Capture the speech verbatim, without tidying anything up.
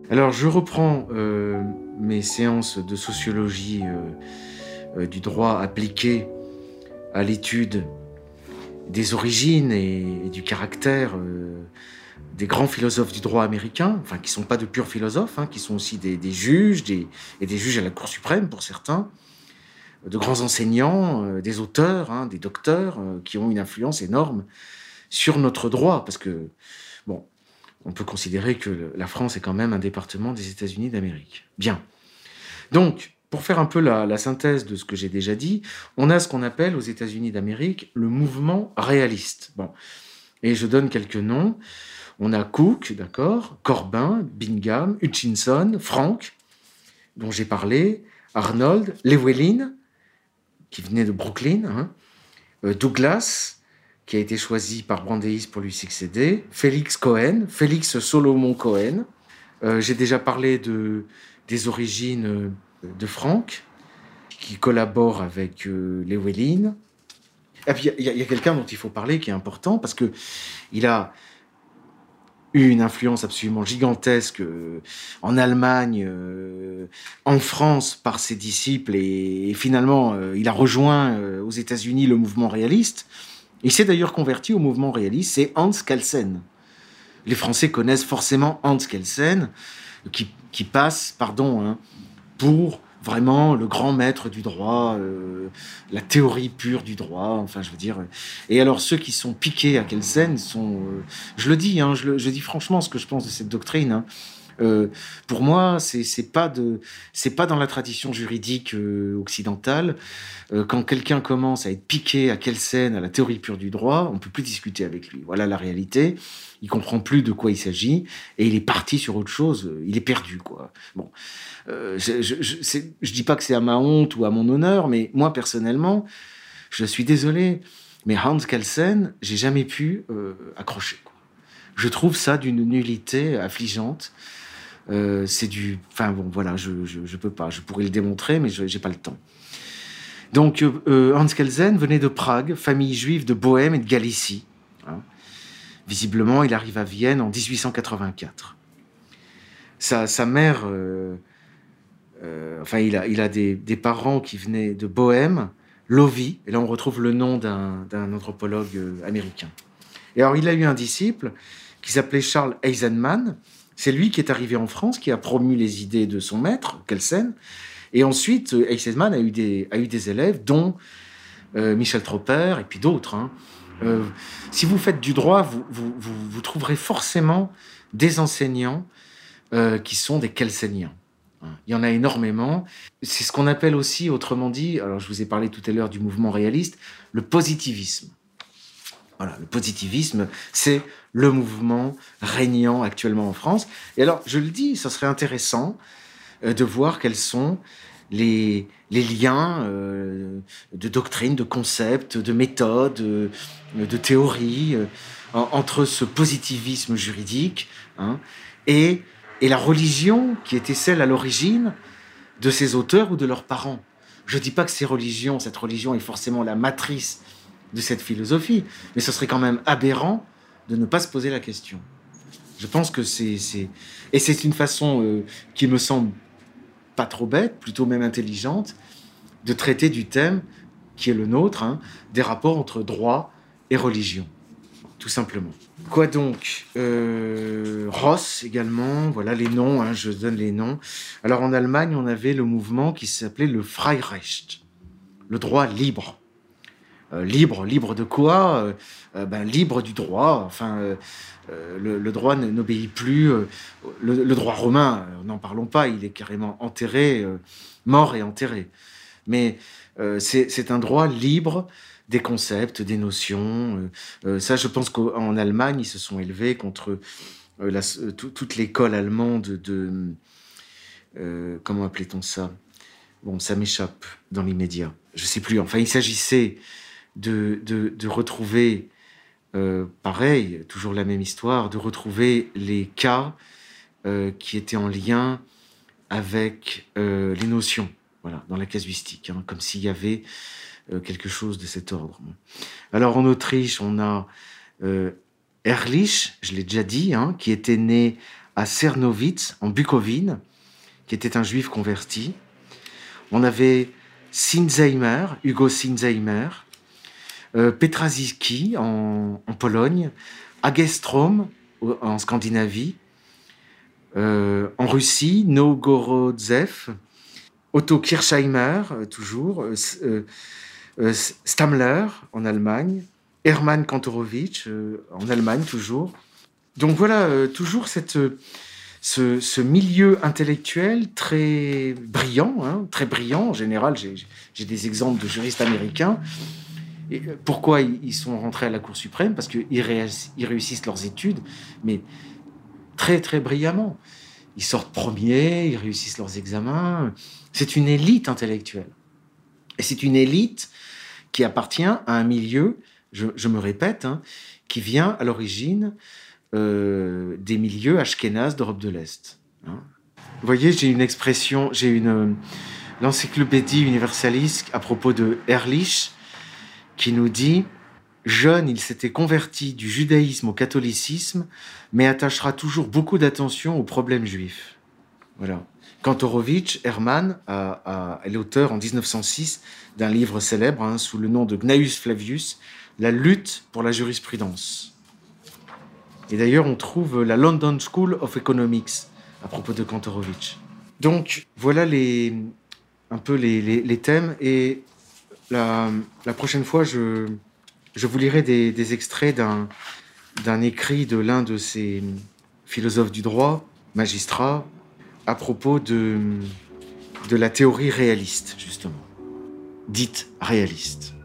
Alors, je reprends euh, mes séances de sociologie euh, euh, du droit appliqué à l'étude des origines et, et du caractère euh, des grands philosophes du droit américain, enfin, qui ne sont pas de purs philosophes, hein, qui sont aussi des, des juges des, et des juges à la Cour suprême pour certains, de grands enseignants, euh, des auteurs, hein, des docteurs, euh, qui ont une influence énorme sur notre droit, parce que, bon, on peut considérer que le, la France est quand même un département des États-Unis d'Amérique. Bien. Donc, pour faire un peu la, la synthèse de ce que j'ai déjà dit, on a ce qu'on appelle aux États-Unis d'Amérique le mouvement réaliste. Bon. Et je donne quelques noms. On a Cook, d'accord, Corbin, Bingham, Hutchinson, Frank, dont j'ai parlé, Arnold, Llewellyn, qui venait de Brooklyn, hein, euh, Douglas, qui a été choisi par Brandeis pour lui succéder, Félix Cohen, Félix Solomon Cohen. Euh, j'ai déjà parlé de, des origines de Frank, qui collabore avec euh, Llewellyn. Et puis, il y a, y a quelqu'un dont il faut parler qui est important, parce qu'il a eu une influence absolument gigantesque euh, en Allemagne, euh, en France, par ses disciples, et, et finalement, euh, il a rejoint euh, aux États-Unis le mouvement réaliste. Il s'est d'ailleurs converti au mouvement réaliste, c'est Hans Kelsen. Les Français connaissent forcément Hans Kelsen, qui, qui passe, pardon, hein, pour vraiment le grand maître du droit, euh, la théorie pure du droit, enfin je veux dire. Et alors ceux qui sont piqués à Kelsen sont, euh, je le dis, hein, je, le, je dis franchement ce que je pense de cette doctrine. Hein. Euh, pour moi, c'est, c'est pas de, c'est pas dans la tradition juridique euh, occidentale. Euh, quand quelqu'un commence à être piqué à Kelsen, à la théorie pure du droit, on peut plus discuter avec lui. Voilà la réalité. Il comprend plus de quoi il s'agit et il est parti sur autre chose. Il est perdu, quoi. Bon, euh, je, je, je, c'est, je dis pas que c'est à ma honte ou à mon honneur, mais moi personnellement, je suis désolé, mais Hans Kelsen, j'ai jamais pu euh, accrocher, quoi. Je trouve ça d'une nullité affligeante. Euh, c'est du, enfin bon, voilà, je, je, je peux pas. Je pourrais le démontrer, mais je j'ai pas le temps. Donc euh, Hans Kelsen venait de Prague, famille juive de Bohême et de Galicie. Hein. Visiblement, il arrive à Vienne en dix-huit cent quatre-vingt-quatre. Sa, sa mère, euh, euh, enfin, il a, il a des, des parents qui venaient de Bohême, Lovi, et là on retrouve le nom d'un, d'un anthropologue euh, américain. Et alors, il a eu un disciple qui s'appelait Charles Eisenman. C'est lui qui est arrivé en France, qui a promu les idées de son maître, Kelsen. Et ensuite, Eisenman a eu des, a eu des élèves, dont euh, Michel Tropper et puis d'autres. Hein. Euh, si vous faites du droit, vous, vous, vous, vous trouverez forcément des enseignants euh, qui sont des Kelseniens. Il y en a énormément. C'est ce qu'on appelle aussi, autrement dit, alors je vous ai parlé tout à l'heure du mouvement réaliste, le positivisme. Voilà, le positivisme, c'est le mouvement régnant actuellement en France. Et alors, je le dis, ça serait intéressant euh, de voir quels sont les, les liens euh, de doctrine, de concepts, de méthodes, euh, de théories euh, entre ce positivisme juridique hein, et, et la religion qui était celle à l'origine de ces auteurs ou de leurs parents. Je ne dis pas que ces religions, cette religion est forcément la matrice de cette philosophie, mais ce serait quand même aberrant de ne pas se poser la question. Je pense que c'est... c'est... Et c'est une façon euh, qui me semble pas trop bête, plutôt même intelligente, de traiter du thème qui est le nôtre, hein, des rapports entre droit et religion, tout simplement. Quoi donc euh, Ross également, voilà les noms, hein, je donne les noms. Alors en Allemagne, on avait le mouvement qui s'appelait le Freirecht, le droit libre. Euh, libre, libre de quoi euh, ben, libre du droit. Enfin, euh, euh, le, le droit n'obéit plus. Euh, le, le droit romain, euh, n'en parlons pas, il est carrément enterré, euh, mort et enterré. Mais euh, c'est, c'est un droit libre des concepts, des notions. Euh, euh, ça, je pense qu'en Allemagne, ils se sont élevés contre euh, la, euh, tout, toute l'école allemande de... Euh, comment appelait-on ça ? Bon, ça m'échappe dans l'immédiat. Je ne sais plus. Enfin, il s'agissait de, de, de retrouver, euh, pareil, toujours la même histoire, de retrouver les cas euh, qui étaient en lien avec euh, les notions, voilà, dans la casuistique, hein, comme s'il y avait euh, quelque chose de cet ordre. Alors, en Autriche, on a euh, Ehrlich, je l'ai déjà dit, hein, qui était né à Czernowitz, en Bucovine, qui était un juif converti. On avait Sinzheimer, Hugo Sinzheimer, euh, Petraszewski en, en Pologne, Hagestrom en Scandinavie, euh, en Russie, Nogorodzev, Otto Kirchheimer, euh, toujours, euh, euh, Stammler en Allemagne, Hermann Kantorowicz euh, en Allemagne, toujours. Donc voilà, euh, toujours cette, ce, ce milieu intellectuel très brillant, hein, très brillant. En général, j'ai, j'ai des exemples de juristes américains. Et pourquoi ils sont rentrés à la Cour suprême? Parce qu'ils réussissent, ils réussissent leurs études, mais très, très brillamment. Ils sortent premiers, ils réussissent leurs examens. C'est une élite intellectuelle. Et c'est une élite qui appartient à un milieu, je, je me répète, hein, qui vient à l'origine euh, des milieux ashkénazes d'Europe de l'Est. Hein. Vous voyez, j'ai une expression, j'ai une euh, l'encyclopédie universaliste à propos de Ehrlich qui nous dit « Jeune, il s'était converti du judaïsme au catholicisme, mais attachera toujours beaucoup d'attention aux problèmes juifs. » Voilà. Kantorowicz, Hermann, a, a, est l'auteur en dix-neuf cent six d'un livre célèbre hein, sous le nom de Gnaeus Flavius, La lutte pour la jurisprudence. Et d'ailleurs, on trouve la London School of Economics à propos de Kantorowicz. Donc, voilà les, un peu les, les, les thèmes. Et la, la prochaine fois, je, je vous lirai des, des extraits d'un, d'un écrit de l'un de ces philosophes du droit, magistrat, à propos de, de la théorie réaliste, justement, dite réaliste.